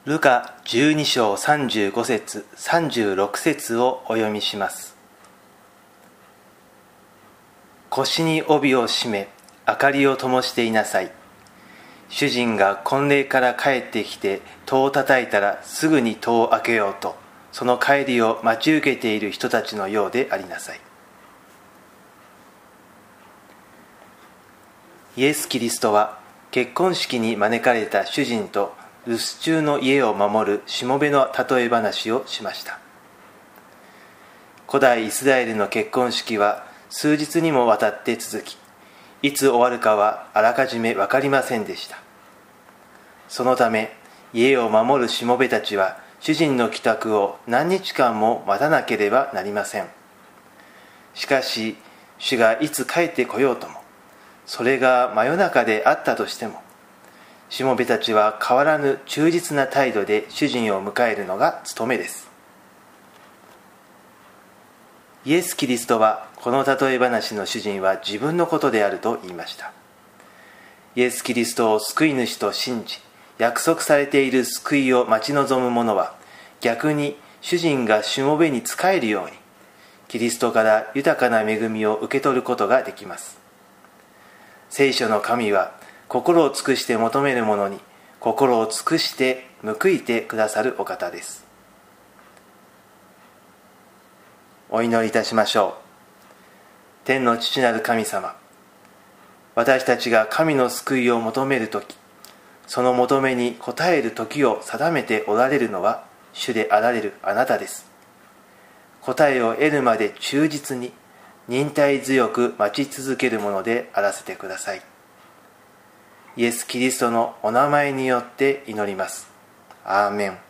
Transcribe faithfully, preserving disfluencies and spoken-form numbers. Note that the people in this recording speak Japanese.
ルカじゅうに章さんじゅうご節さんじゅうろく節をお読みします。腰に帯を締め明かりを灯していなさい。主人が婚礼から帰ってきて戸を叩いたらすぐに戸を開けようと、その帰りを待ち受けている人たちのようでありなさい。イエス・キリストは結婚式に招かれた主人と留守中の家を守るしもべの例え話をしました。古代イスラエルの結婚式は数日にもわたって続き、いつ終わるかはあらかじめ分かりませんでした。そのため家を守るしもべたちは主人の帰宅を何日間も待たなければなりません。しかし主がいつ帰ってこようとも、それが真夜中であったとしても、しもべたちは変わらぬ忠実な態度で主人を迎えるのが務めです。イエス・キリストはこの例え話の主人は自分のことであると言いました。イエス・キリストを救い主と信じ、約束されている救いを待ち望む者は、逆に主人がしもべに仕えるように、キリストから豊かな恵みを受け取ることができます。聖書の神は、心を尽くして求める者に心を尽くして報いてくださるお方です。お祈りいたしましょう。天の父なる神様、私たちが神の救いを求めるとき、その求めに応える時を定めておられるのは主であられるあなたです。答えを得るまで忠実に忍耐強く待ち続けるものであらせてください。イエス・キリストのお名前によって祈ります。アーメン。